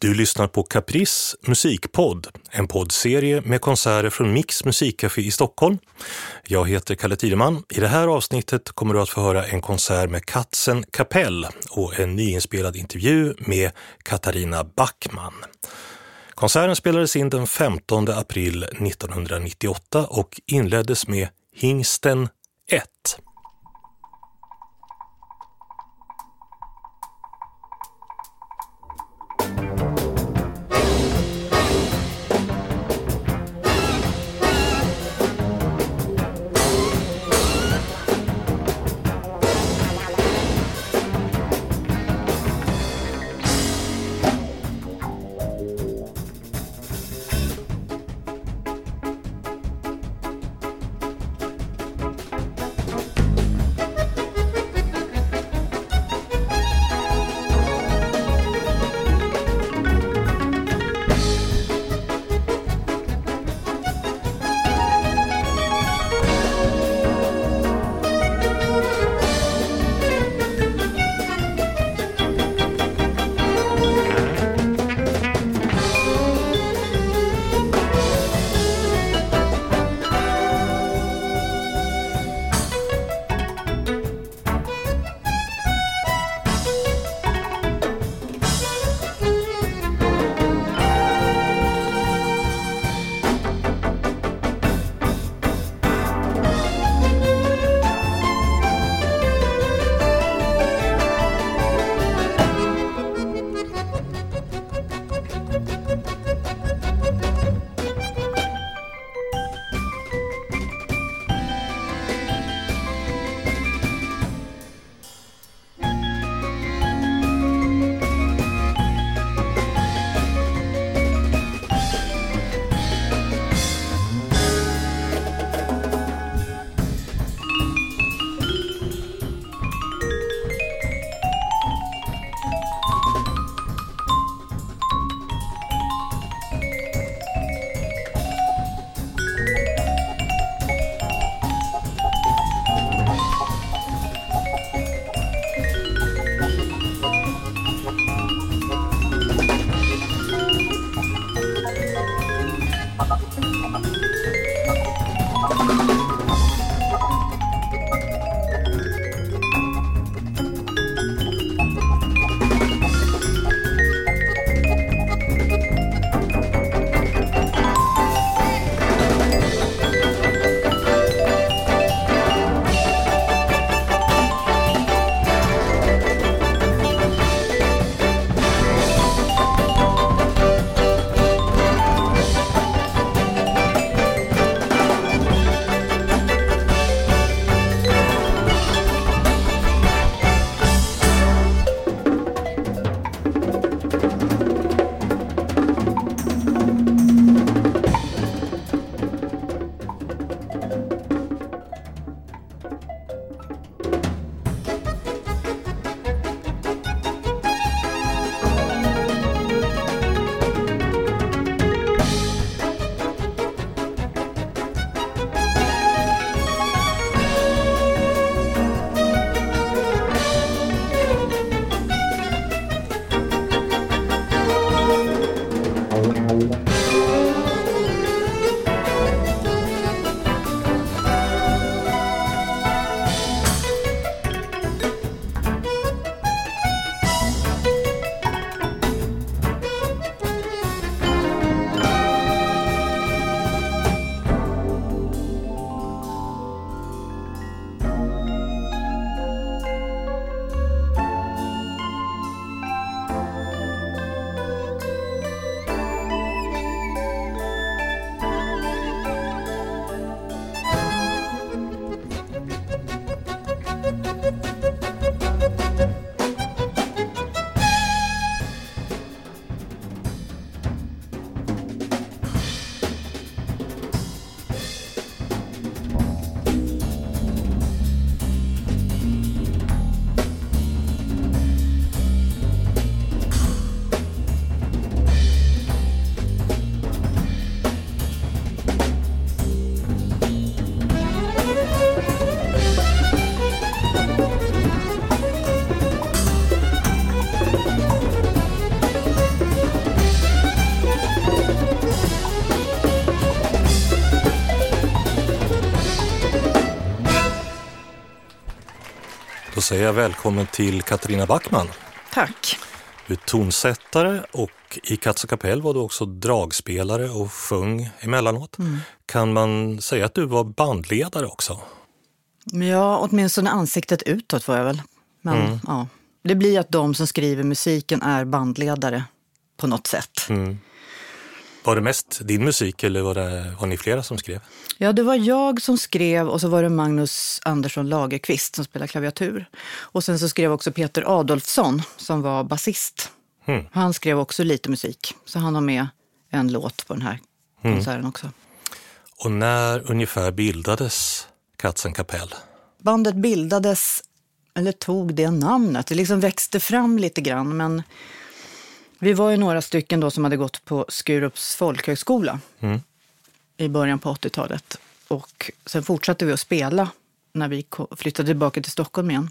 Du lyssnar på Caprice musikpodd, en poddserie med konserter från Mix musikcafé i Stockholm. Jag heter Kalle Tideman. I det här avsnittet kommer du att få höra en konsert med Katzen Kapell och en nyinspelad intervju med Katarina Backman. Konserten spelades in den 15 april 1998 och inleddes med Hingsten 1. säga välkommen till Katarina Backman. Tack. Du är tonsättare och i Katts kapell var du också dragspelare och sjöng emellanåt. Kan man säga att du var bandledare också? Ja, åtminstone ansiktet utåt var jag väl. Men ja, det blir att de som skriver musiken är bandledare på något sätt. Var det mest din musik eller var ni flera som skrev? Ja, det var jag som skrev och så var det Magnus Andersson Lagerqvist som spelade klaviatur. Och sen så skrev också Peter Adolfsson som var basist. Han skrev också lite musik, så han har med en låt på den här konserten också. Och när ungefär bildades Katts kapell? Bandet bildades, eller tog det namnet. Det liksom växte fram lite grann, men vi var ju några stycken då som hade gått på Skurups folkhögskola i början på 80-talet. Och sen fortsatte vi att spela när vi flyttade tillbaka till Stockholm igen.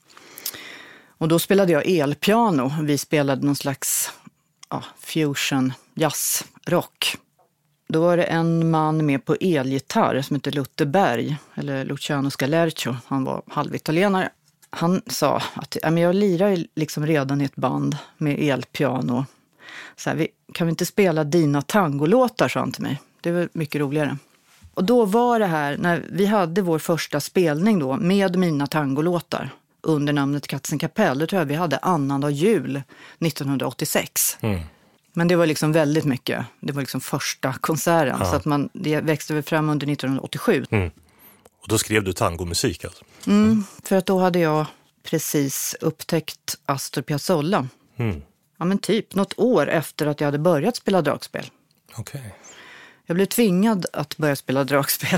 Och då spelade jag elpiano. Vi spelade någon slags fusion, jazz, rock. Då var det en man med på elgitarr som heter Luther Berg, eller Luciano Scalercio. Han var halvitalienare. Han sa att jag lirar liksom redan i ett band med elpiano. Så här, kan vi inte spela dina tangolåtar, sa han till mig. Det var mycket roligare. Och då var det här, när vi hade vår första spelning då med mina tangolåtar under namnet Katts kapell, då tror jag vi hade annandag jul 1986. Men det var liksom väldigt mycket, det var liksom första konserten, så att det växte väl fram under 1987. Och då skrev du tangomusik alltså? För att då hade jag precis upptäckt Astor Piazzolla. Ja, men typ något år efter att jag hade börjat spela dragspel. Okej. Jag blev tvingad att börja spela dragspel.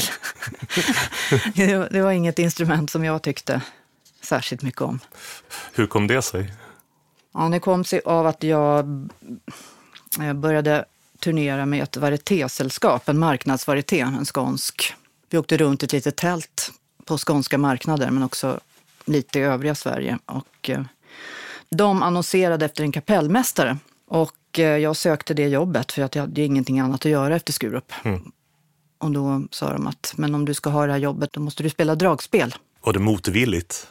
Det var inget instrument som jag tyckte särskilt mycket om. Hur kom det sig? Ja, det kom sig av att jag började turnera med ett varietésällskap, en marknadsvarieté, en skånsk. Vi åkte runt ett litet tält på skånska marknader, men också lite i övriga Sverige. Och de annonserade efter en kapellmästare. Och jag sökte det jobbet för att jag hade ingenting annat att göra efter Skurup. Och då sa de att, men om du ska ha det här jobbet, då måste du spela dragspel. Var det motvilligt?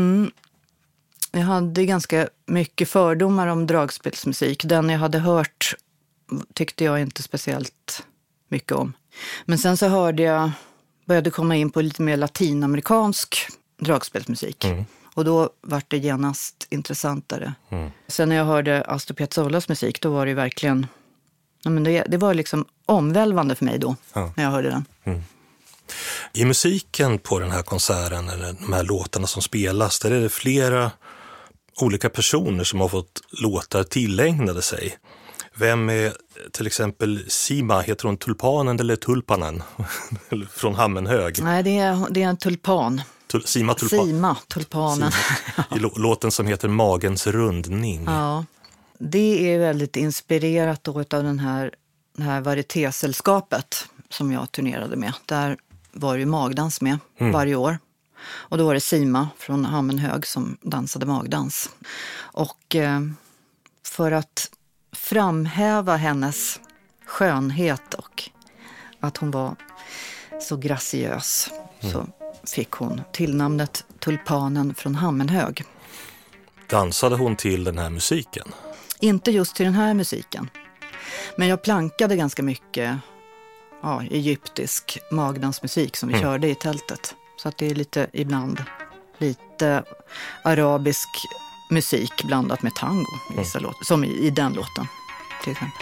Jag hade ganska mycket fördomar om dragspelsmusik. Den jag hade hört tyckte jag inte speciellt mycket om. Men sen så började komma in på lite mer latinamerikansk dragspelsmusik. Och då var det genast intressantare. Sen när jag hörde Astor Piazzollas musik, då var det verkligen, det var liksom omvälvande för mig då, när jag hörde den. I musiken på den här konserten, eller de här låtarna som spelas, där är det flera olika personer som har fått låtar tillägnade sig. Vem är till exempel Sima, heter hon Tulpanen eller Tulpanen från Hammenhög? Nej, det är en tulpan. Sima Tulpanen. I låten som heter Magens rundning. Ja, det är väldigt inspirerat då av det här varietésällskapet som jag turnerade med. Där var ju magdans med varje år. Och då var det Sima från Hammenhög som dansade magdans. Och för att framhäva hennes skönhet och att hon var så graciös så fick hon tillnamnet Tulpanen från Hammenhög. Dansade hon till den här musiken? Inte just till den här musiken. Men jag plankade ganska mycket egyptisk magdansmusik som vi körde i tältet. Så att det är lite arabisk musik blandat med tango i vissa låtar, som i den låten till exempel.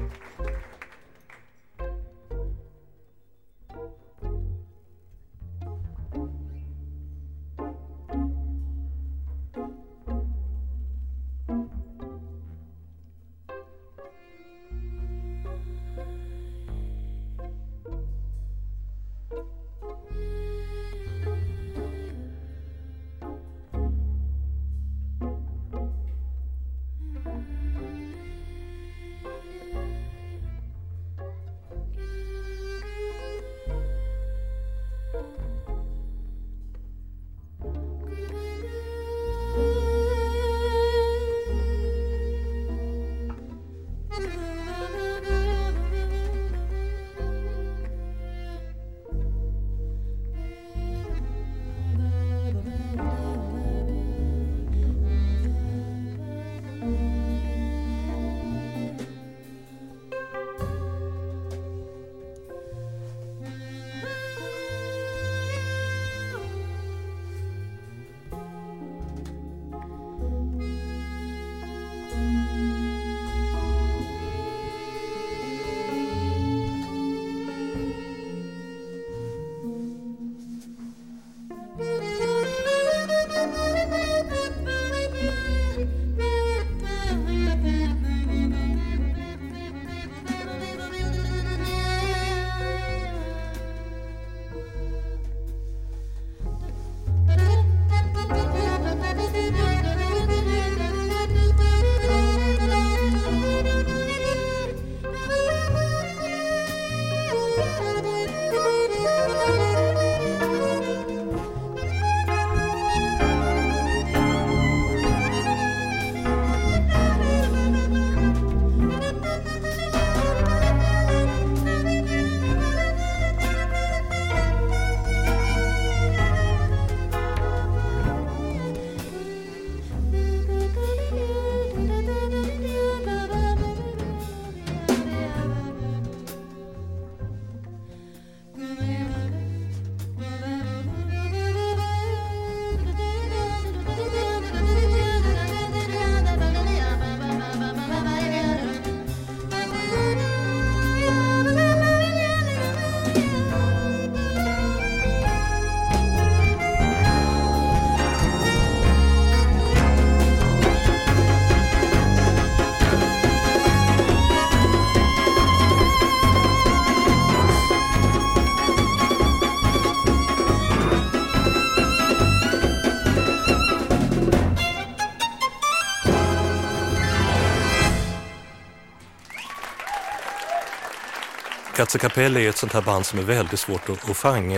Katze Kapell är ett sånt här band som är väldigt svårt att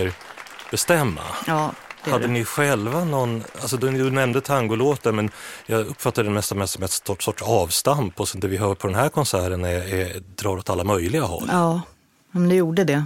bestämma. Ja, hade ni själva någon, alltså du nämnde tangolåtar, men jag uppfattar det mest som ett sorts avstamp, och sen det vi hör på den här konserten drar åt alla möjliga håll. Ja, men det gjorde det.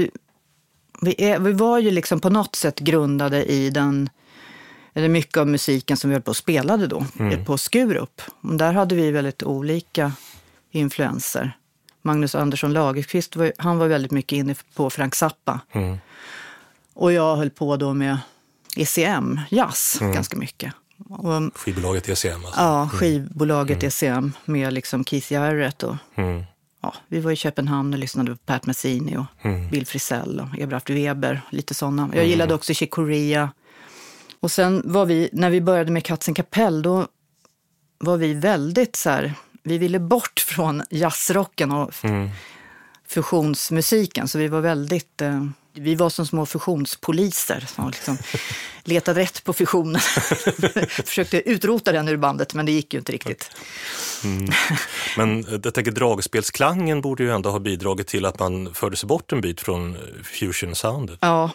Vi var ju liksom på något sätt grundade i eller mycket av musiken som vi höll på och spelade då, på Skurup. Och där hade vi väldigt olika influenser. Magnus Andersson Lagerqvist, han var väldigt mycket inne på Frank Zappa. Och jag höll på då med ECM, jazz, ganska mycket. Och, skivbolaget ECM alltså. Ja, skivbolaget ECM med liksom Keith Jarrett och ja, vi var i Köpenhamn och lyssnade på Pat Metheny och Bill Frisell och Eberhard Weber, lite sådana. Jag gillade också Chick Corea. Och sen var vi, när vi började med Katze Kapell, då var vi väldigt så här, vi ville bort från jazzrocken och fusionsmusiken, så vi var väldigt, vi var som små fusionspoliser som liksom letade rätt på fusionen. Försökte utrota den ur bandet, men det gick ju inte riktigt. Men jag tänker, dragspelsklangen borde ju ändå ha bidragit till att man förde sig bort en bit från fusion-soundet. Ja,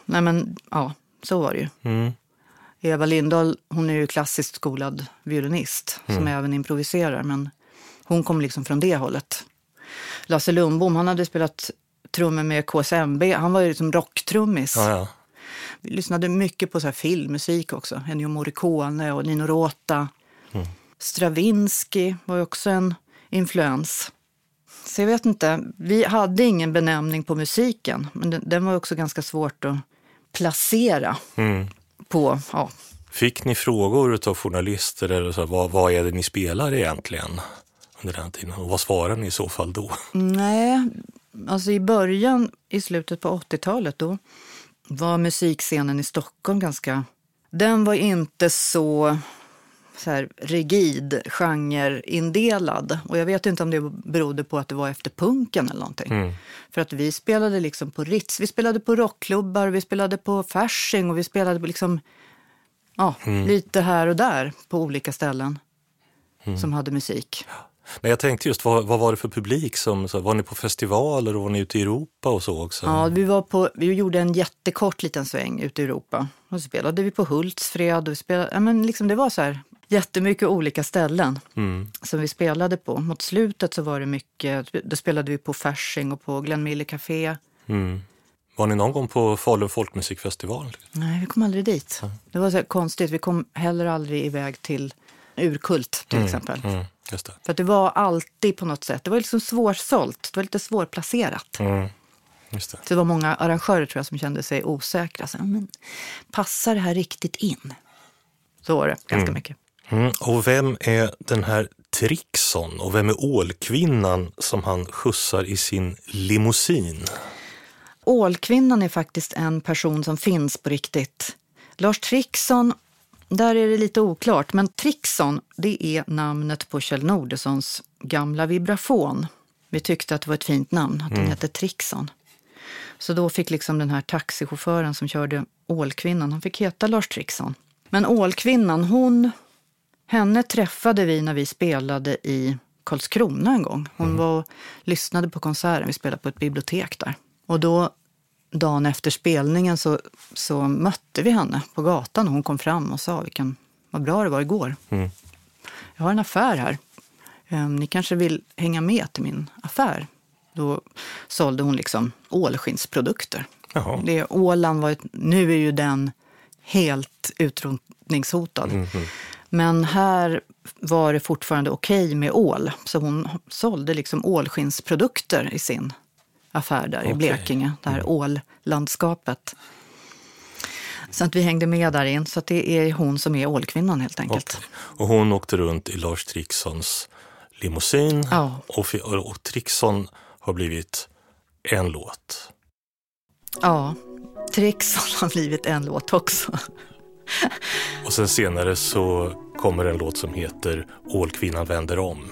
så var det ju. Eva Lindahl, hon är ju klassiskt skolad violinist som även improviserar, men hon kom liksom från det hållet. Lasse Lundbom, han hade spelat trummor med KSMB, han var ju liksom rocktrummis. Ja. Vi lyssnade mycket på så här filmmusik också, Ennio Morricone och Nino Rota. Stravinsky var ju också en influens. Så jag vet inte, vi hade ingen benämning på musiken, men den var också ganska svårt att placera på, ja. Fick ni frågor av journalister eller så, vad är det ni spelar egentligen? under den tiden? Och vad svarar ni i så fall då? Nej, alltså i slutet på 80-talet då var musikscenen i Stockholm den var inte så här rigid, genreindelad. Och jag vet inte om det berodde på att det var efter punken eller någonting. För att vi spelade liksom på Ritz, vi spelade på rockklubbar, vi spelade på Fasching och vi spelade på liksom, lite här och där på olika ställen som hade musik. Men jag tänkte just, vad var det för publik var ni på festivaler och var ni ute i Europa och så också? Ja, vi gjorde en jättekort liten sväng ute i Europa. Och så spelade vi på Hultsfred och det var så här jättemycket olika ställen som vi spelade på. Mot slutet så var det mycket, då spelade vi på Fasching och på Glenn Miller Café. Var ni någon gång på Falun folkmusikfestival? Nej, vi kom aldrig dit. Det var så här konstigt, vi kom heller aldrig iväg till Urkult till exempel. Just det. För att det var alltid på något sätt, det var liksom svårsålt, det var lite svårplacerat. Just det. Så det var många arrangörer tror jag som kände sig osäkra. Så, men passar det här riktigt in? Så var det ganska mycket. Och vem är den här Trixon och vem är Ålkvinnan som han skjutsar i sin limousin? Ålkvinnan är faktiskt en person som finns på riktigt. Lars Trixon, där är det lite oklart. Men Trixon, det är namnet på Kjell Nordessons gamla vibrafon. Vi tyckte att det var ett fint namn, att den hette Trixon. Så då fick liksom den här taxichauffören som körde Ålkvinnan, han fick heta Lars Trixon. Men Ålkvinnan, henne träffade vi när vi spelade i Karlskrona en gång. Hon var och lyssnade på konserten, vi spelade på ett bibliotek där. Och då, dagen efter spelningen så mötte vi henne på gatan och hon kom fram och sa vad bra det var igår. Jag har en affär här. Ni kanske vill hänga med till min affär. Då sålde hon liksom ålskinnsprodukter. Åland nu är ju den helt utrotningshotad. Men här var det fortfarande okej med ål. Så hon sålde liksom ålskinnsprodukter i sin affär där i Blekinge. Det här ållandskapet. Så att vi hängde med där in. Så att det är hon som är Ålkvinnan helt enkelt. Okay. Och hon åkte runt i Lars Trixons limousin. Ja. Och Trixon har blivit en låt. Ja, Trixon har blivit en låt också. Och sen senare så kommer en låt som heter Ålkvinnan vänder om.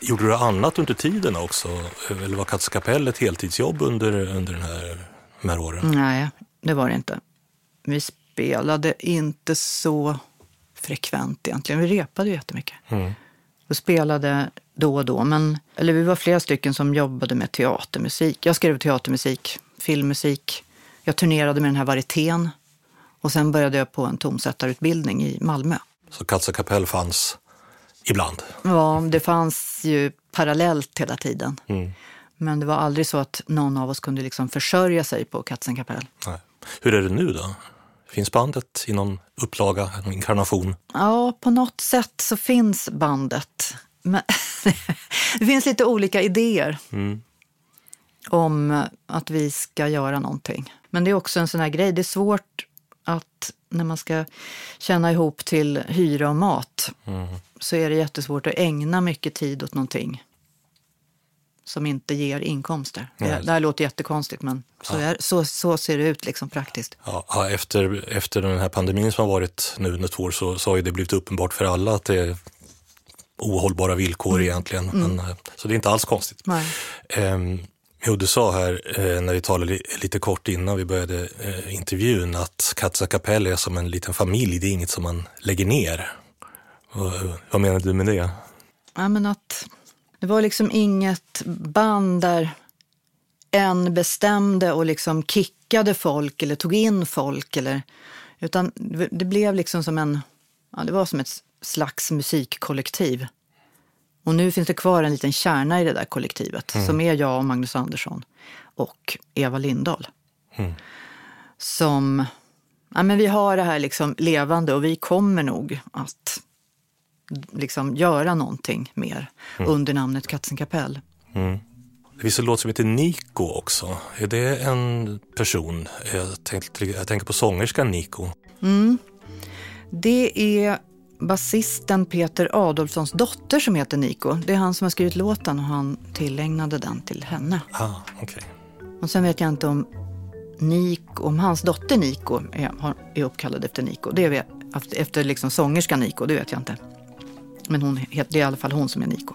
Gjorde du annat under tiden också? Eller var Katze Kapell ett heltidsjobb under de här åren? Nej, det var det inte. Vi spelade inte så frekvent egentligen. Vi repade ju jättemycket. Och spelade då och då. Eller vi var flera stycken som jobbade med teatermusik. Jag skrev teatermusik, filmmusik. Jag turnerade med den här varietén. Och sen började jag på en tonsättarutbildning i Malmö. Så Katze Kapell fanns ibland? Ja, det fanns ju parallellt hela tiden. Men det var aldrig så att någon av oss kunde liksom försörja sig på Katze Kapell. Nej. Hur är det nu då? Finns bandet i någon upplaga, en inkarnation? Ja, på något sätt så finns bandet. Men det finns lite olika idéer om att vi ska göra någonting. Men det är också en sån här grej. Det är svårt att när man ska tjäna ihop till hyra och mat så är det jättesvårt att ägna mycket tid åt någonting som inte ger inkomster. Det här låter jättekonstigt, men så ser det ut liksom praktiskt. Ja, efter den här pandemin som har varit nu under 2 år så har ju det blivit uppenbart för alla att det är ohållbara villkor egentligen. Men, så det är inte alls konstigt. Jo, du sa här när vi talade lite kort innan vi började intervjun att Katze Kapell är som en liten familj, det är inget som man lägger ner. Vad menar du med det? Ja, men att det var liksom inget band där en bestämde och liksom kickade folk eller tog in folk. Utan det blev liksom som det var som ett slags musikkollektiv. Och nu finns det kvar en liten kärna i det där kollektivet som är jag och Magnus Andersson och Eva Lindahl. Som, men vi har det här liksom levande och vi kommer nog att liksom göra någonting mer under namnet Katze Kapell. Det finns en låt som heter Nico också. Är det en person? Jag tänker på sångerskan Nico. Det är basisten Peter Adolfssons dotter som heter Nico. Det är han som har skrivit låten och han tillägnade den till henne. Okay. Och sen vet jag inte om hans dotter Nico är uppkallad efter Nico. Det är efter liksom sångerskan Nico, det vet jag inte. Men det är i alla fall hon som är Nico.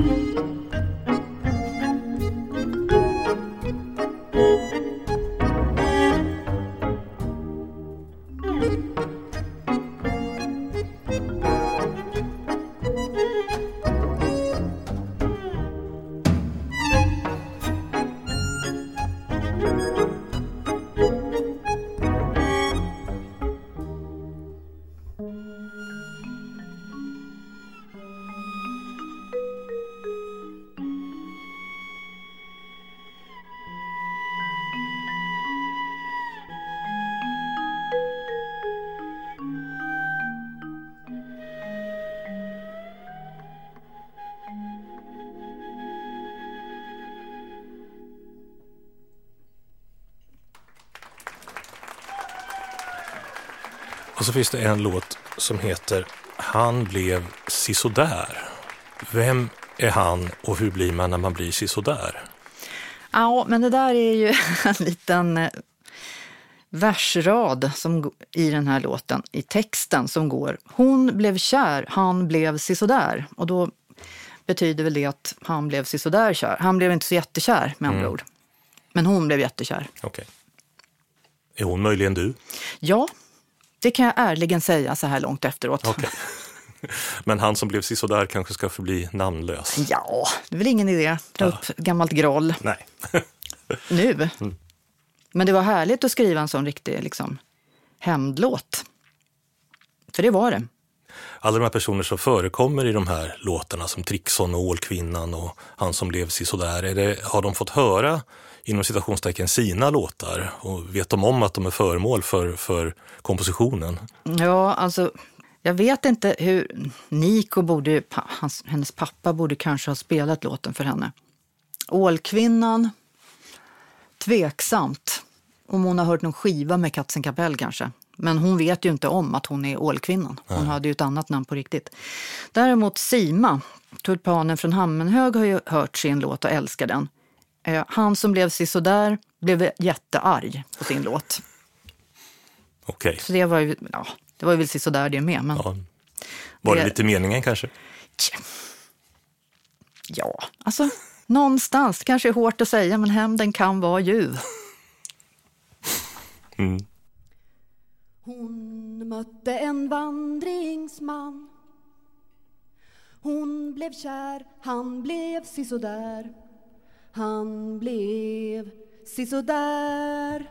Och så finns det en låt som heter Han blev sisådär. Vem är han och hur blir man när man blir sisådär? Ja, men det där är ju en liten versrad som, i den här låten, i texten som går: hon blev kär, han blev sisådär. Och då betyder väl det att han blev sisådär kär. Han blev inte så jättekär med andra ord. Men hon blev jättekär. Okej. Är hon möjligen du? Ja, det kan jag ärligen säga så här långt efteråt. Okej. Men han som blev sisådär kanske ska förbli namnlös. Ja, det är väl ingen idé. Dra upp gammalt groll. Nej. Nu. Men det var härligt att skriva en sån riktig liksom, hämndlåt. För det var det. Alla de här personer som förekommer i de här låtarna, som Trixon och Ålkvinnan och han som blev sisådär, har de fått höra inom citationstecken sina låtar och vet de om att de är föremål för kompositionen? Ja, alltså jag vet inte hur Nico borde, hennes pappa borde kanske ha spelat låten för henne. Ålkvinnan, tveksamt om hon har hört någon skiva med Katzenkapell kanske. Men hon vet ju inte om att hon är Ålkvinnan. Hon hade ju ett annat namn på riktigt. Däremot Sima, tulpanen från Hammenhög, har ju hört sin låt och älskar den. Han som blev sisådär blev jättearg på sin låt. Okej. Så det var ju, det var ju väl sisådär det med. Men var det lite meningen kanske? Ja, alltså någonstans. Kanske är hårt att säga, men hämnden kan vara ljuv. Hon mötte en vandringsman. Hon blev kär, han blev sisådär. Han blev sisådär.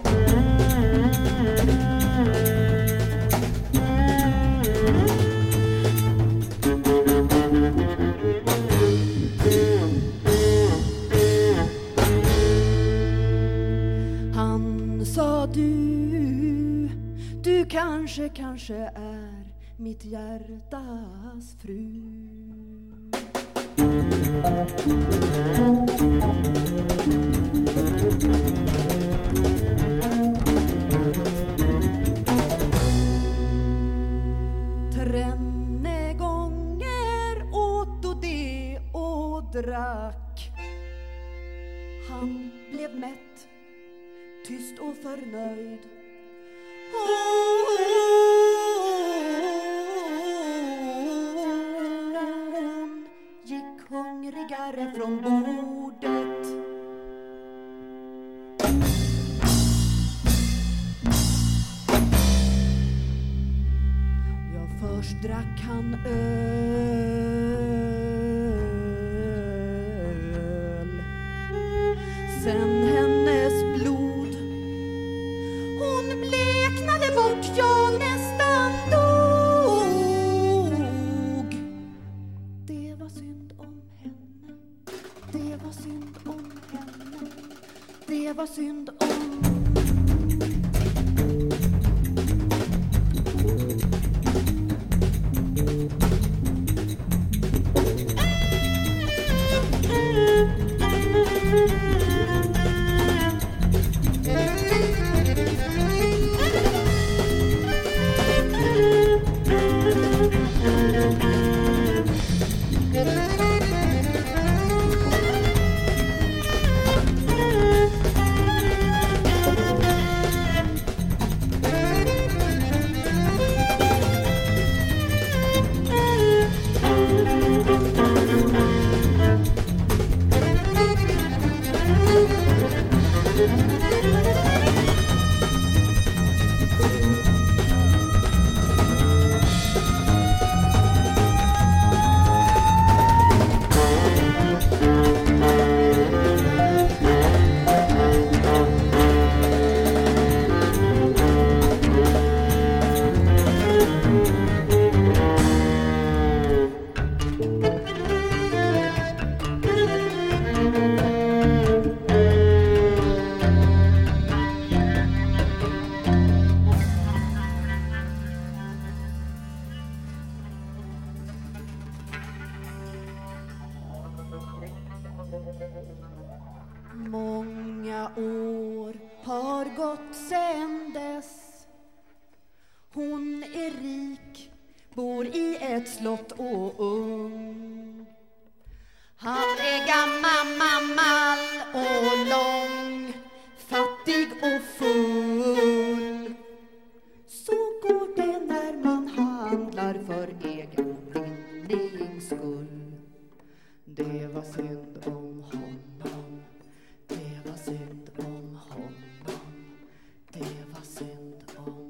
Han sa du kanske är mitt hjärtas fru. Trenne gånger åt och det och drack. Han blev mätt, tyst och förnöjd. Hon gick hungrigare från bordet. Ja, först drack han öl, sen hennes blod. Hon bleknade bort, jag nästan dog. Det var synd om henne, det var synd om henne, det var synd om. Många år har gått sen dess. Hon är rik, bor i ett slott och ung. Han är gammal och lång, fattig och full. Så går det när man handlar för egen vinnings skull. Det var synd om honom, det var synd om honom, det var synd om.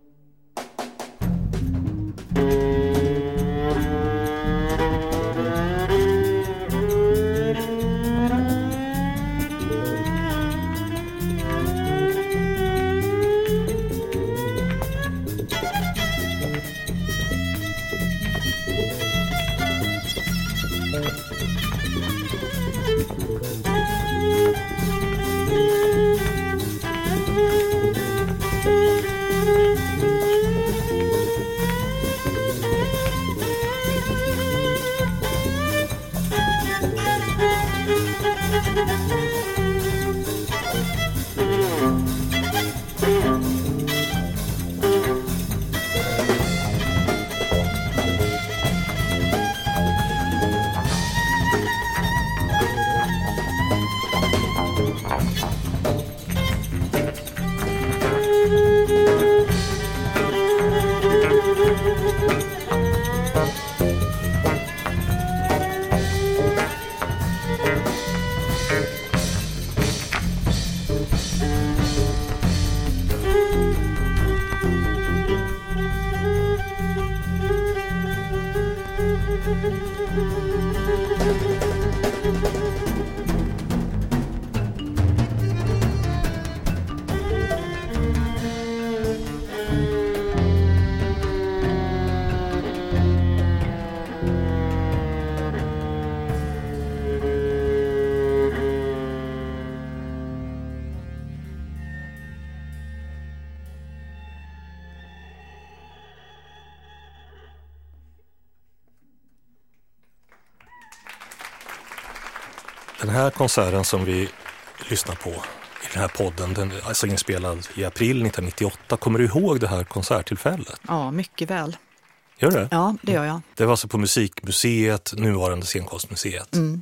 Den här konserten som vi lyssnar på i den här podden, den är alltså inspelad i april 1998. Kommer du ihåg det här konserttillfället? Ja, mycket väl. Gör det? Ja, det gör jag. Det var alltså på Musikmuseet, nuvarande Scenkonstmuseet. Mm.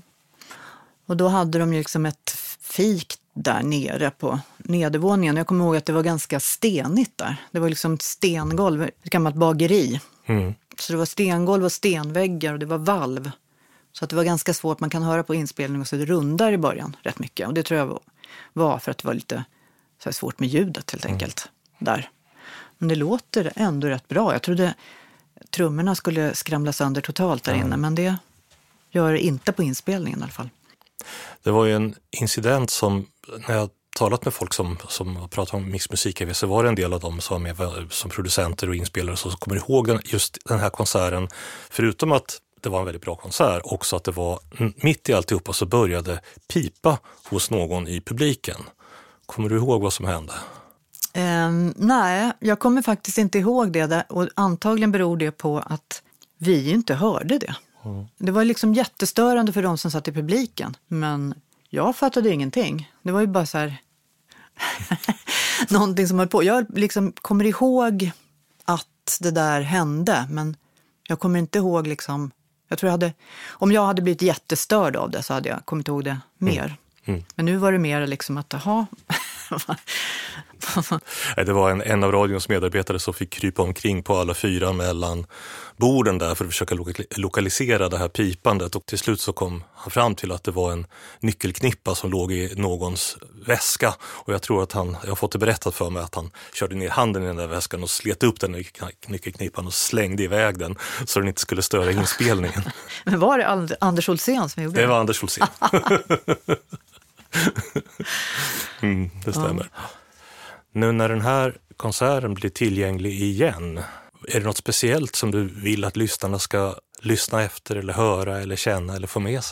Och då hade de ju liksom ett fik där nere på nedervåningen. Jag kommer ihåg att det var ganska stenigt där. Det var liksom ett stengolv, ett gammalt bageri. Mm. Så det var stengolv och stenväggar och det var valv. Så att det var ganska svårt, man kan höra på inspelningen och så det rundar i början rätt mycket. Och det tror jag var för att det var lite så här svårt med ljudet helt enkelt där. Men det låter ändå rätt bra. Jag trodde trummorna skulle skramla sönder totalt där inne, men det gör det inte på inspelningen i alla fall. Det var ju en incident som, när jag talat med folk som har pratat om mixmusik, så var det en del av dem som var med som producenter och inspelare som kommer ihåg just den här konserten. Förutom att det var en väldigt bra konsert, också att det var mitt i alltihopa så började pipa hos någon i publiken. Kommer du ihåg vad som hände? Nej, jag kommer faktiskt inte ihåg det där, och antagligen beror det på att vi inte hörde det. Mm. Det var liksom jättestörande för de som satt i publiken, men jag fattade ingenting. Det var ju bara så här någonting som höll på. Jag liksom kommer ihåg att det där hände, men jag kommer inte ihåg liksom, jag tror om jag hade blivit jättestörd av det så hade jag kommit ihåg det mer. Mm. Men nu var det mer liksom att, Det var en av radions medarbetare som fick krypa omkring på alla fyra mellan borden där för att försöka lokalisera det här pipandet, och till slut så kom han fram till att det var en nyckelknippa som låg i någons väska, och jag tror att jag har fått det berättat för mig att han körde ner handen i den där väskan och slet upp den nyckelknippan och slängde iväg den så den inte skulle störa inspelningen. Men var det Anders Olsén som gjorde det? Det var Anders Olsén. Det stämmer. Ja. Nu när den här konserten blir tillgänglig igen, är det något speciellt som du vill att lyssnarna ska lyssna efter eller höra eller känna eller få med sig?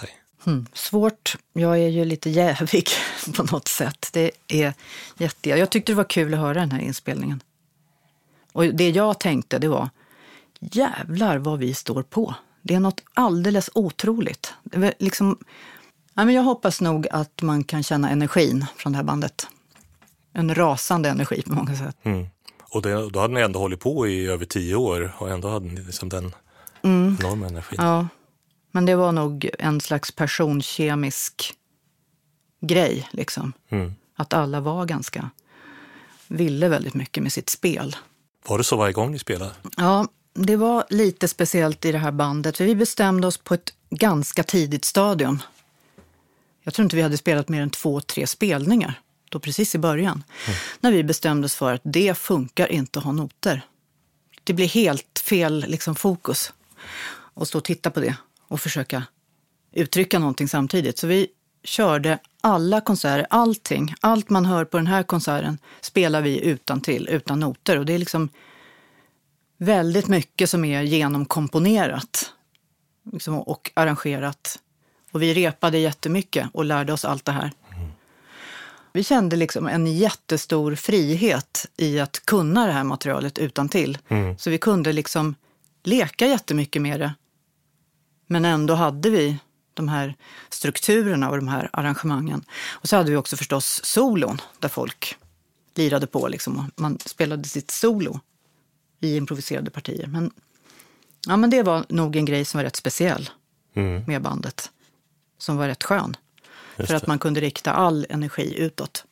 Svårt. Jag är ju lite jävig på något sätt. Det är jag tyckte det var kul att höra den här inspelningen. Och det jag tänkte, det var jävlar vad vi står på. Det är något alldeles otroligt. Det var liksom, men jag hoppas nog att man kan känna energin från det här bandet. En rasande energi på många sätt. Och då hade ni ändå hållit på i över 10 år och ändå hade ni liksom den enorma energin. Ja, men det var nog en slags personkemisk grej liksom. Att alla var ville väldigt mycket med sitt spel. Var det så varje gång ni spelade? Ja, det var lite speciellt i det här bandet. För vi bestämde oss på ett ganska tidigt stadium. Jag tror inte vi hade spelat mer än 2-3 spelningar. Då precis i början. När vi bestämde oss för att det funkar inte att ha noter. Det blir helt fel liksom, fokus. Och stå och titta på det. Och försöka uttrycka någonting samtidigt. Så vi körde alla konserter, allting. Allt man hör på den här konserten spelar vi utan noter. Och det är liksom väldigt mycket som är genomkomponerat. Liksom, och arrangerat. Och vi repade jättemycket och lärde oss allt det här. Vi kände liksom en jättestor frihet i att kunna det här materialet utantill. Så vi kunde liksom leka jättemycket med det. Men ändå hade vi de här strukturerna och de här arrangemangen. Och så hade vi också förstås solon där folk lirade på liksom. Och man spelade sitt solo i improviserade partier. Men det var nog en grej som var rätt speciell med bandet. Som var rätt skön. För att man kunde rikta all energi utåt.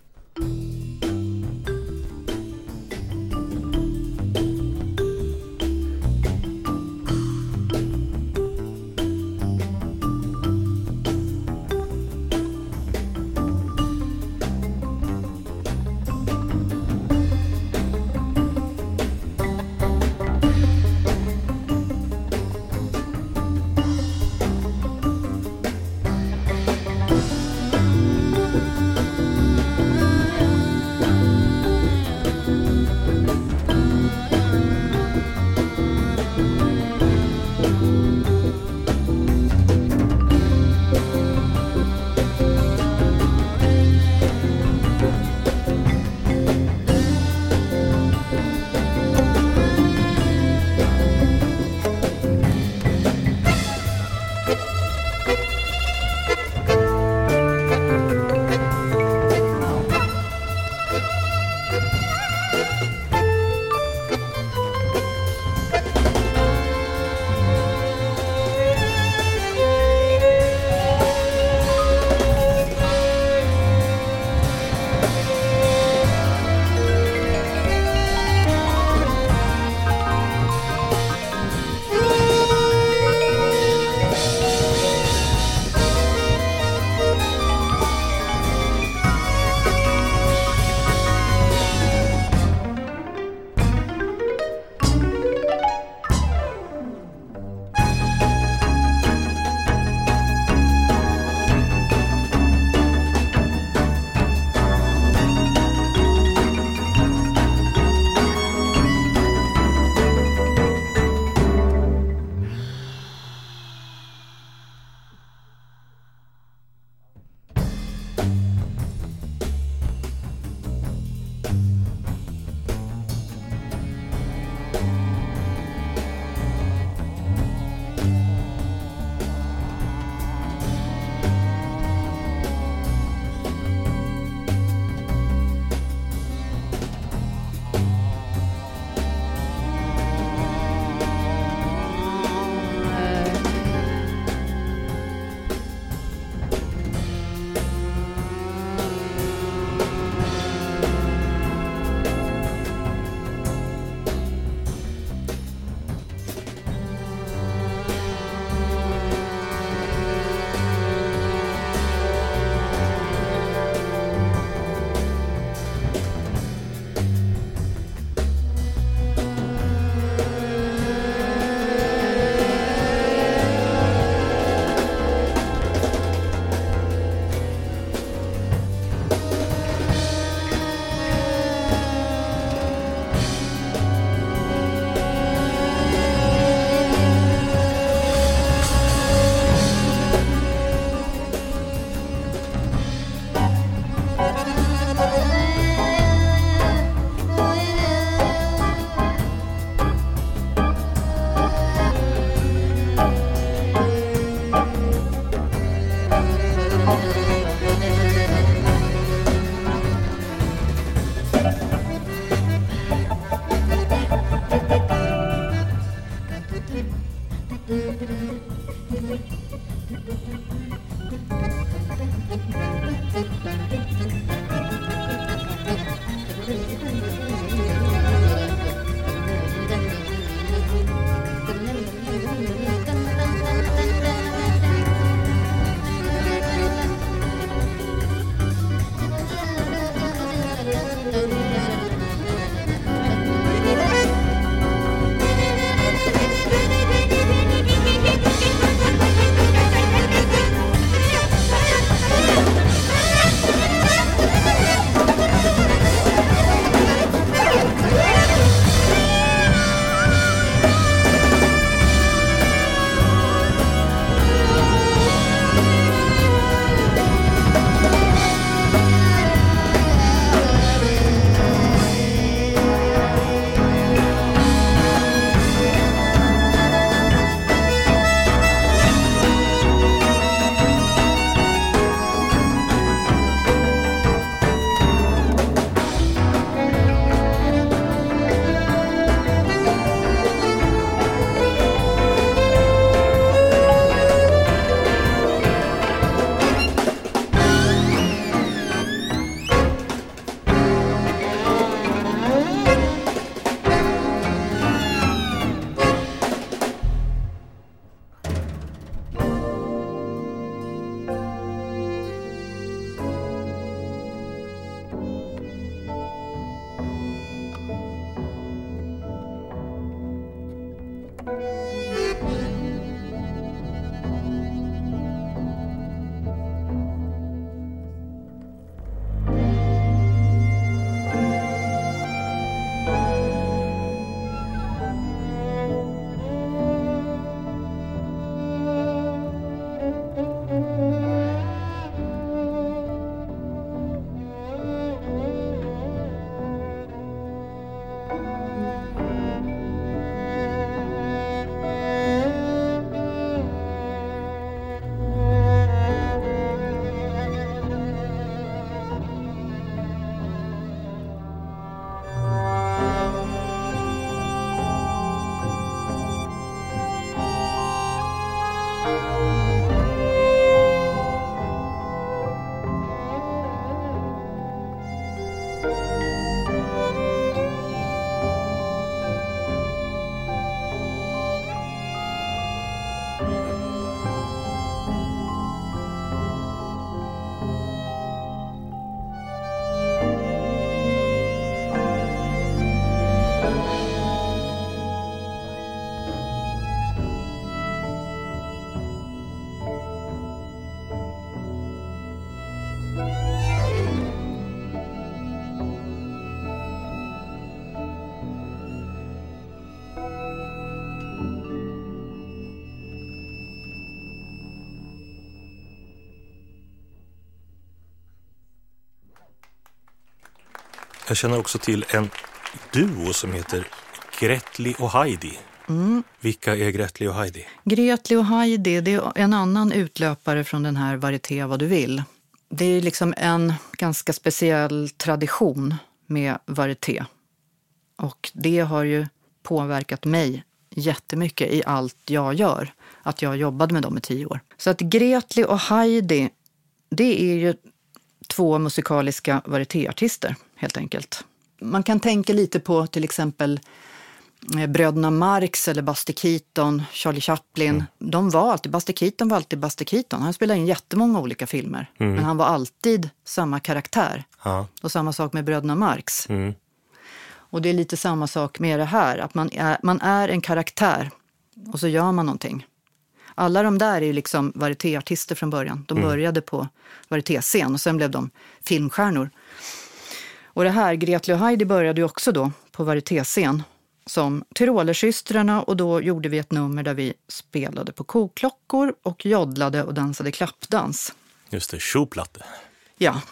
Jag känner också till en duo som heter Gretli och Heidi. Vilka är Gretli och Heidi? Gretli och Heidi, det är en annan utlöpare från den här Varieté vad du vill. Det är liksom en ganska speciell tradition med varieté. Och det har ju påverkat mig jättemycket i allt jag gör. Att jag jobbade med dem i 10 år. Så att Gretli och Heidi, det är ju 2 musikaliska varietéartister helt enkelt. Man kan tänka lite på till exempel bröderna Marx eller Buster Keaton, Charlie Chaplin. Buster Keaton var alltid Buster Keaton. Han spelade in jättemånga olika filmer. Men han var alltid samma karaktär. Ja. Och samma sak med bröderna Marx. Och det är lite samma sak med det här. Att man är en karaktär och så gör man någonting. Alla de där är ju liksom varietéartister från början. De började på varietéscen och sen blev de filmstjärnor. Och det här, Gretli och Heidi började ju också då på varietéscen som Tyrolersystrarna, och då gjorde vi ett nummer där vi spelade på koklockor och joddlade och dansade klappdans. Just det, tjoplatte. Ja,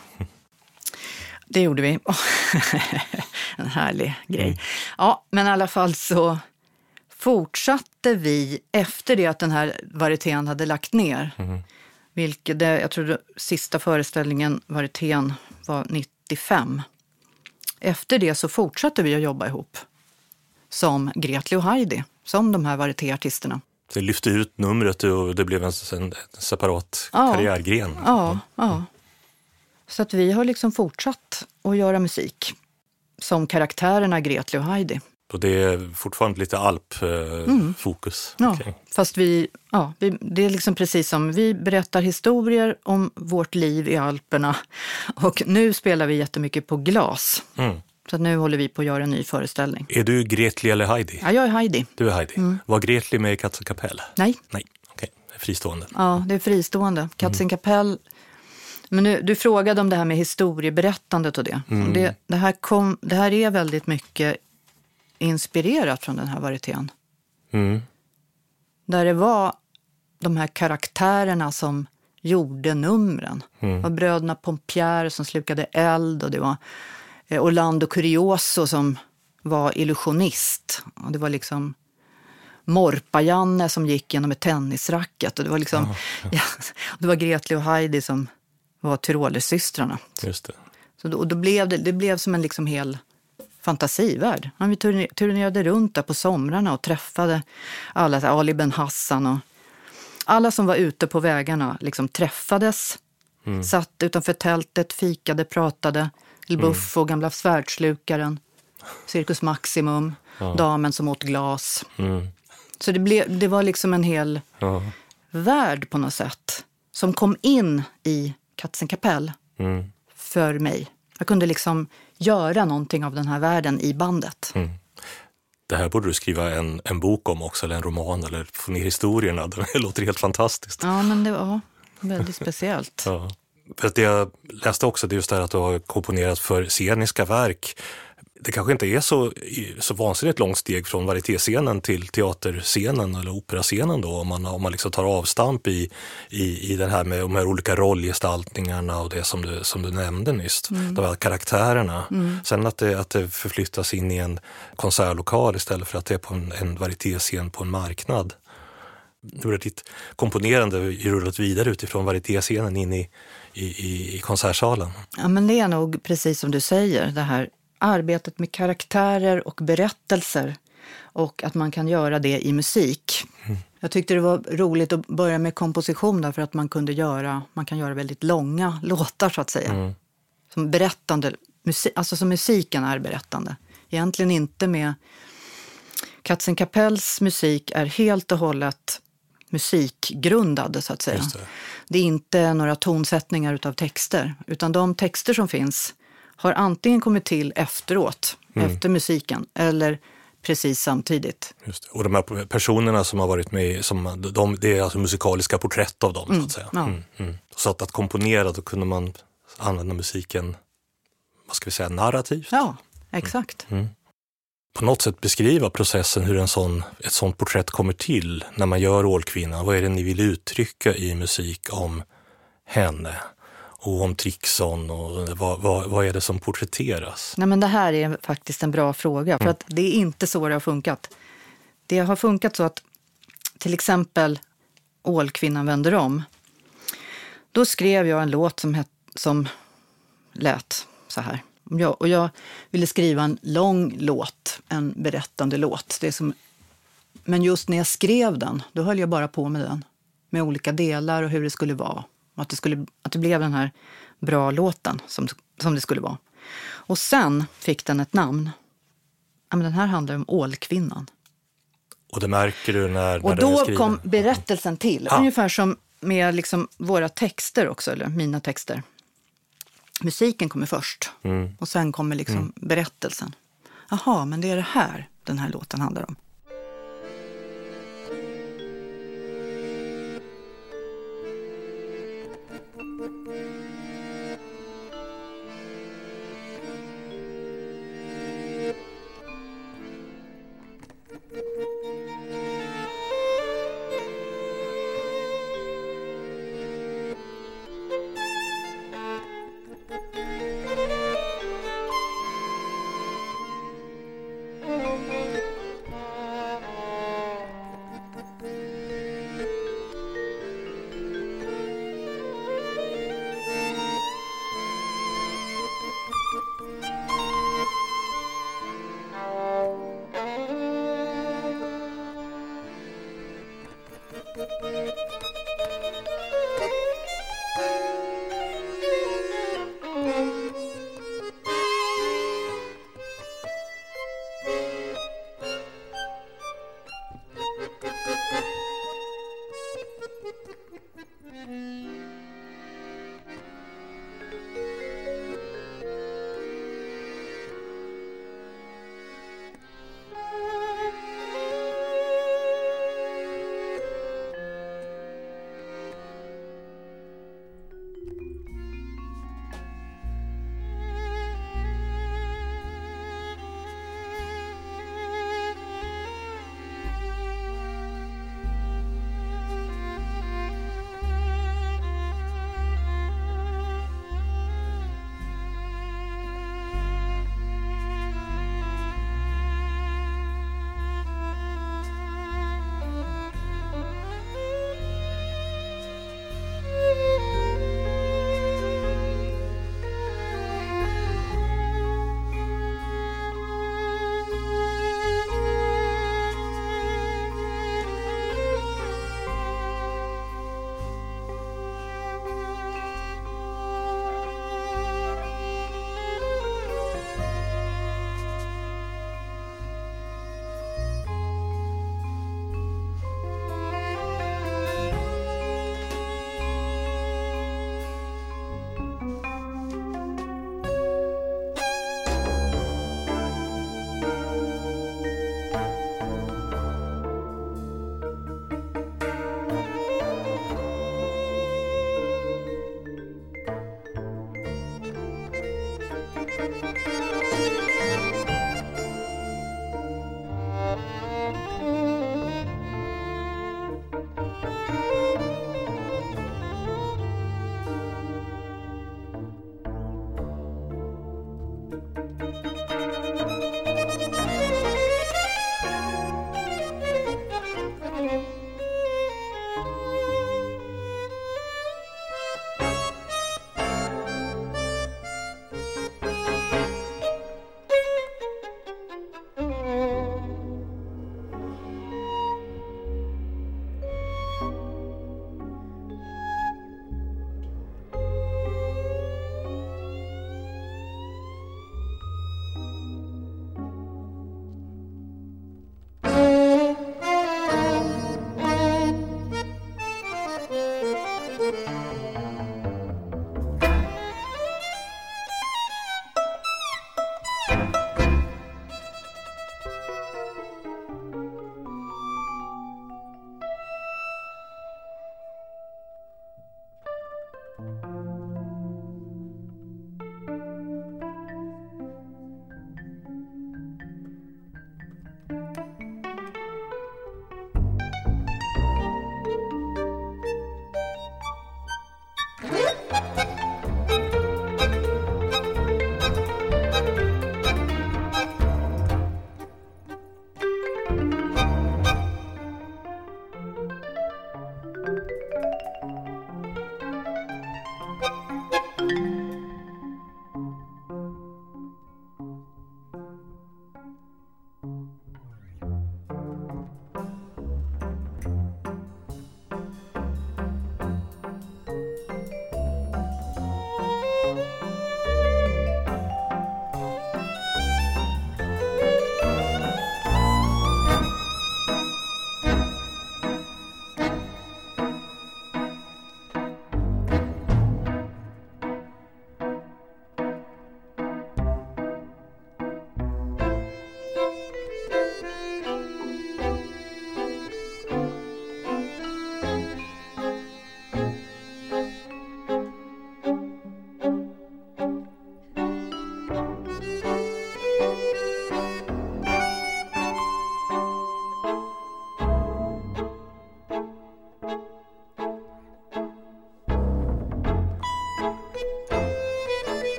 det gjorde vi. En härlig grej. Ja, men i alla fall så fortsatte vi efter det att den här varietén hade lagt ner. Vilket jag tror sista föreställningen varietén var 95. Efter det så fortsatte vi att jobba ihop som Gretli och Heidi, som de här varietéartisterna. Det lyfte ut numret och det blev en separat karriärgren. Ja. Så att vi har liksom fortsatt att göra musik som karaktärerna Gretli och Heidi. Och det är fortfarande lite alpfokus. Ja, okay. Fast det är liksom precis som vi berättar historier om vårt liv i Alperna. Och nu spelar vi jättemycket på glas. Så att nu håller vi på att göra en ny föreställning. Är du Gretli eller Heidi? Ja, jag är Heidi. Du är Heidi. Var Gretli med i Katzen Kapell? Nej. Nej, okej. Fristående. Ja, det är fristående. Katzen Kapell. Men du frågade om det här med historieberättandet och det. Och det här är väldigt mycket inspirerat från den här varietén. Där det var de här karaktärerna som gjorde numren. Det var bröderna Pompier som slukade eld, och det var Orlando Curioso som var illusionist. Och det var liksom Morpa-Janne som gick genom ett tennisracket. Och det var liksom det var Gretli och Heidi som var Tyrolersystrarna. Just det. Så då blev det blev som en liksom hel fantasivärld. Vi turnerade runt där på somrarna och träffade alla, Ali Ben Hassan och alla som var ute på vägarna liksom träffades. Satt utanför tältet, fikade, pratade. Buffo, gamla svärdslukaren, Cirkus Maximum, damen som åt glas. Så det var liksom en hel värld på något sätt som kom in i Katzen Kapell för mig. Jag kunde liksom göra någonting av den här världen i bandet. Det här borde du skriva en bok om också, eller en roman, eller få ner historierna. Det låter helt fantastiskt. Ja, men det var väldigt speciellt. Ja. För att det jag läste också, det är just det här att du har komponerat för sceniska verk. Det kanske inte är så vansinnigt långt steg från varietéscenen till teaterscenen eller operascenen då, om man liksom tar avstamp i det här med de här olika rollgestaltningarna och det som du nämnde nyss, de här karaktärerna. Sen att det förflyttas in i en konsertlokal istället för att det är på en varietéscen på en marknad. Nu är ditt komponerande rullat vidare utifrån varietéscenen in i konsertsalen. Ja, men det är nog precis som du säger, det här arbetet med karaktärer och berättelser, och att man kan göra det i musik. Jag tyckte det var roligt att börja med komposition därför att man kan göra väldigt långa låtar så att säga. Som berättande, alltså som musiken är berättande. Egentligen inte med Katzen Kapells musik är helt och hållet musikgrundad så att säga. Det är inte några tonsättningar utav texter, utan de texter som finns har antingen kommit till efteråt, efter musiken, eller precis samtidigt. Just det. Och de här personerna som har varit med, det är alltså musikaliska porträtt av dem så att säga. Så att komponera, då kunde man använda musiken, vad ska vi säga, narrativt? Ja, exakt. På något sätt beskriva processen hur ett sånt porträtt kommer till när man gör Ålkvinnan. Vad är det ni vill uttrycka i musik om henne? och om Trixon och vad är det som porträtteras? Nej, men det här är faktiskt en bra fråga, för att det är inte så det har funkat. Det har funkat så att till exempel Ålkvinnan vänder om. Då skrev jag en låt som lät så här. Och jag ville skriva en lång låt, en berättande låt. Men just när jag skrev den, då höll jag bara på med den. Med olika delar och hur det skulle vara. Och att det blev den här bra låten som det skulle vara. Och sen fick den ett namn. Ja, men den här handlar om Ålkvinnan. Och det märker du när och då den kom berättelsen till. Ungefär som med liksom våra texter också, eller mina texter. Musiken kommer först. Och sen kommer liksom berättelsen. Jaha, men det är det här den här låten handlar om.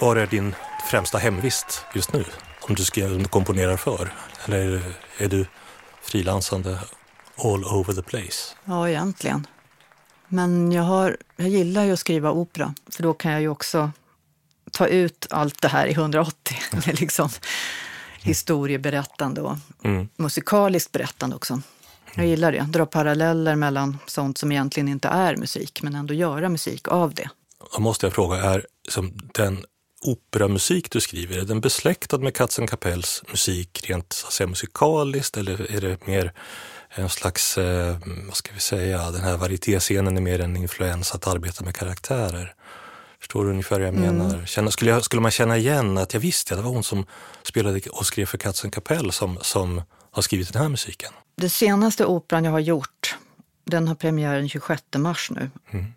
Var är din främsta hemvist just nu? Om du komponerar för? Eller är du frilansande all over the place? Ja, egentligen. Men jag gillar ju att skriva opera. För då kan jag ju också ta ut allt det här i 180. Med liksom historieberättande och musikaliskt berättande också. Jag gillar det. Dra paralleller mellan sånt som egentligen inte är musik. Men ändå göra musik av det. Då måste jag fråga, är som den operamusik du skriver, är den besläktad med Katzenkapells musik rent så att säga, musikaliskt? Eller är det mer en slags, vad ska vi säga, den här varietéscenen är mer en influens att arbeta med karaktärer? Förstår du ungefär vad jag menar? Skulle man känna igen att jag visste, det var hon som spelade och skrev för Katzenkapell som har skrivit den här musiken? Det senaste operan jag har gjort, den har premiär den 26 mars nu.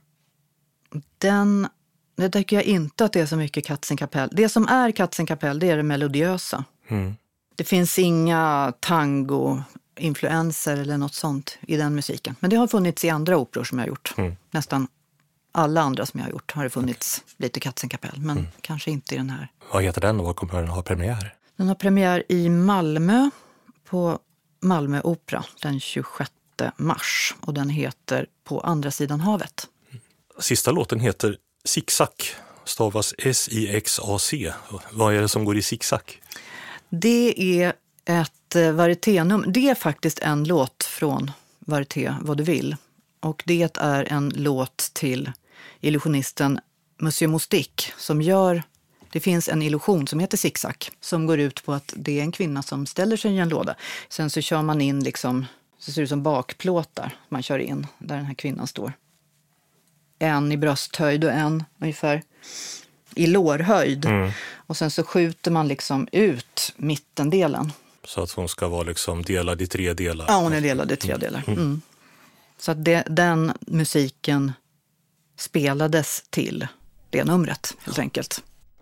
Det tycker jag inte att det är så mycket Katzenkapell. Det som är Katzenkapell, det är det melodiösa. Det finns inga tango-influenser eller något sånt i den musiken. Men det har funnits i andra operor som jag har gjort. Nästan alla andra som jag har gjort har det funnits lite Katzenkapell. Men kanske inte i den här. Vad heter den och var kommer den ha premiär? Den har premiär i Malmö på Malmö Opera den 26 mars. Och den heter På andra sidan havet. Sista låten heter Zigzag, stavas S-I-X-A-C. Vad är det som går i zigzag? Det är ett varieténummer. Det är faktiskt en låt från Varieté vad du vill. Och det är en låt till illusionisten Monsieur Moustique som gör... Det finns en illusion som heter zigzag som går ut på att det är en kvinna som ställer sig i en låda. Sen så kör man in liksom, så ser det ut som bakplåtar man kör in där den här kvinnan står. En i brösthöjd och en ungefär i lårhöjd. Och sen så skjuter man liksom ut mittendelen. Så att hon ska vara liksom delad i 3 delar? Ja, hon är delad i 3 delar. Så att den musiken spelades till det numret, helt enkelt.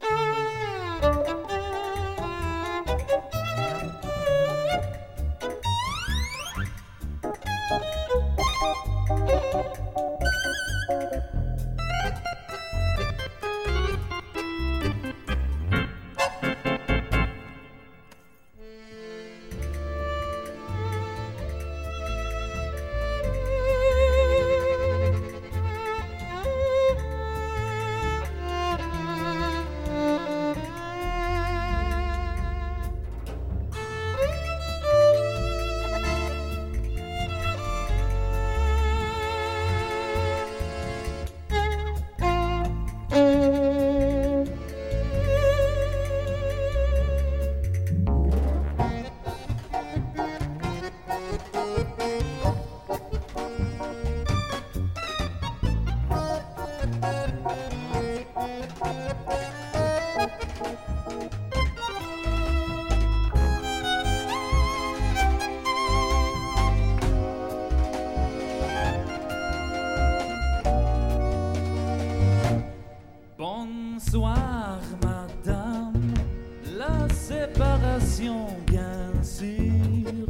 Bonsoir madame, la séparation bien sûr.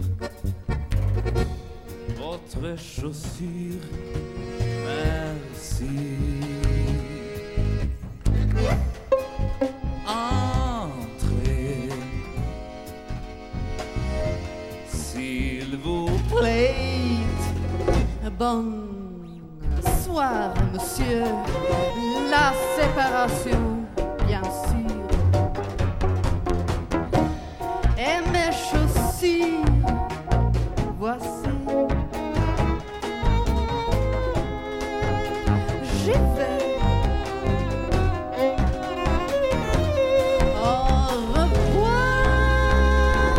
Votre chaussure, merci. Entrez, s'il vous plaît. Bonsoir, monsieur. La séparation, bien sûr. Et mes chaussures, voici. J'y vais. Au revoir.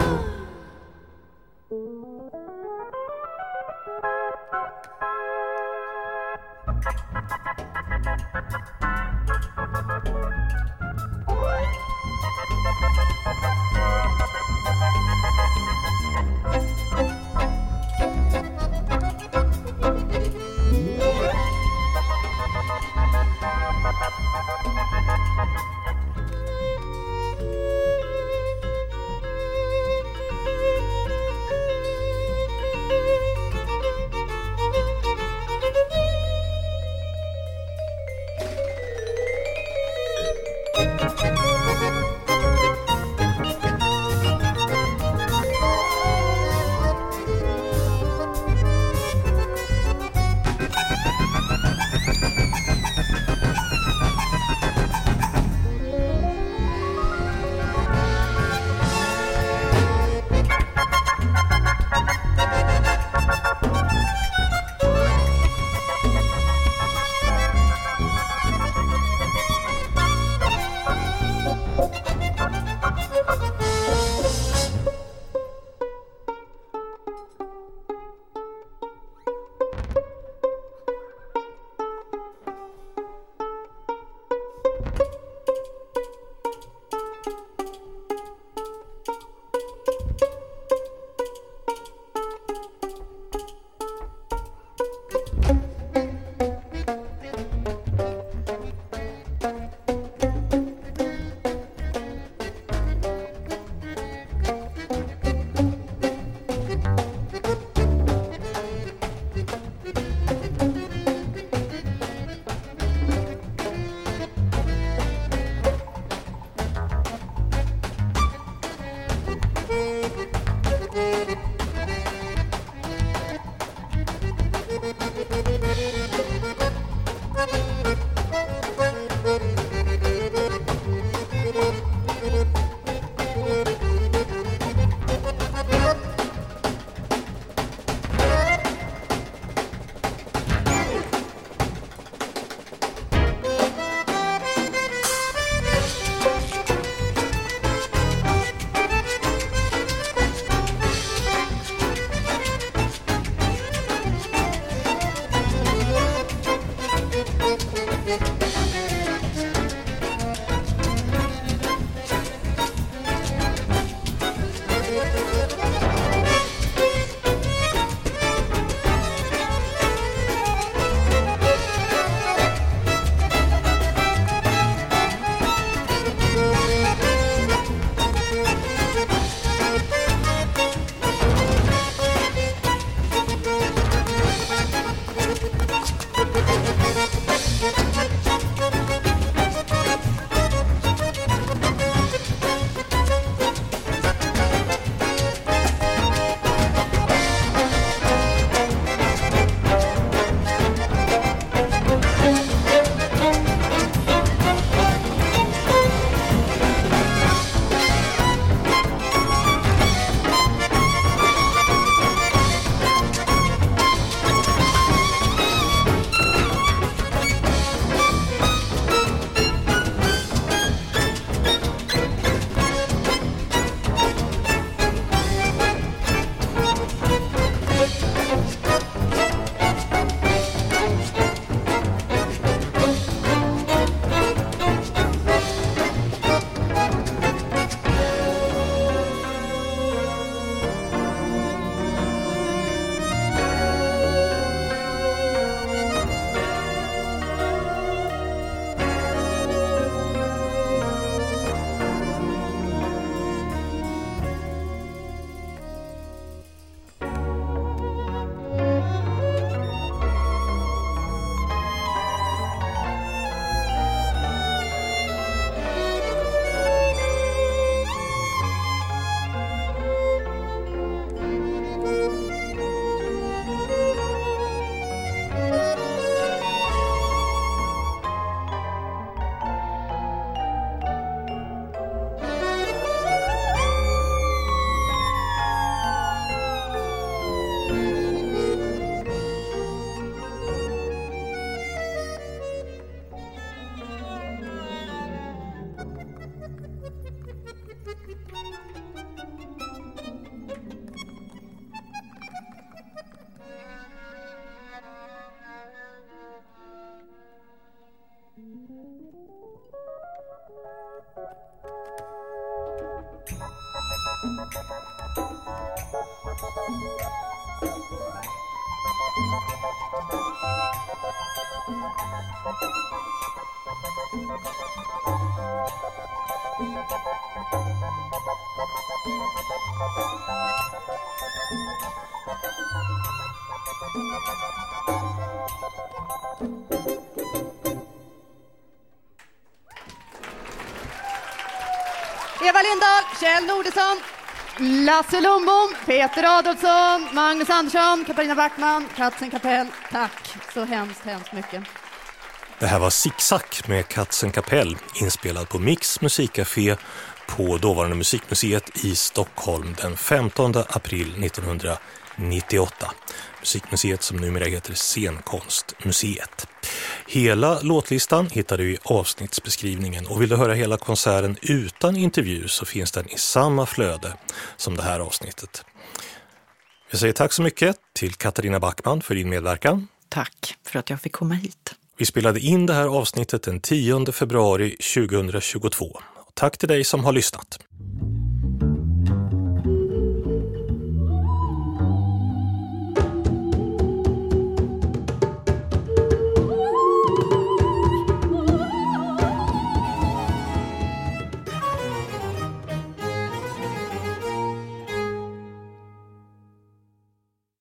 Eva Lindahl, Kjell Nordesson, Lasse Lombom, Peter Adolfsson, Magnus Andersson, Katarina Backman, Katzen Kapell. Tack så hemskt mycket. Det här var Zigzag med Katzen Kapell, inspelad på Mix musikcafé på dåvarande Musikmuseet i Stockholm den 15 april 1998. Musikmuseet som numera heter Scenkonstmuseet. Hela låtlistan hittar du i avsnittsbeskrivningen, och vill du höra hela konserten utan intervju så finns den i samma flöde som det här avsnittet. Jag säger tack så mycket till Katarina Backman för din medverkan. Tack för att jag fick komma hit. Vi spelade in det här avsnittet den 10 februari 2022. Och tack till dig som har lyssnat.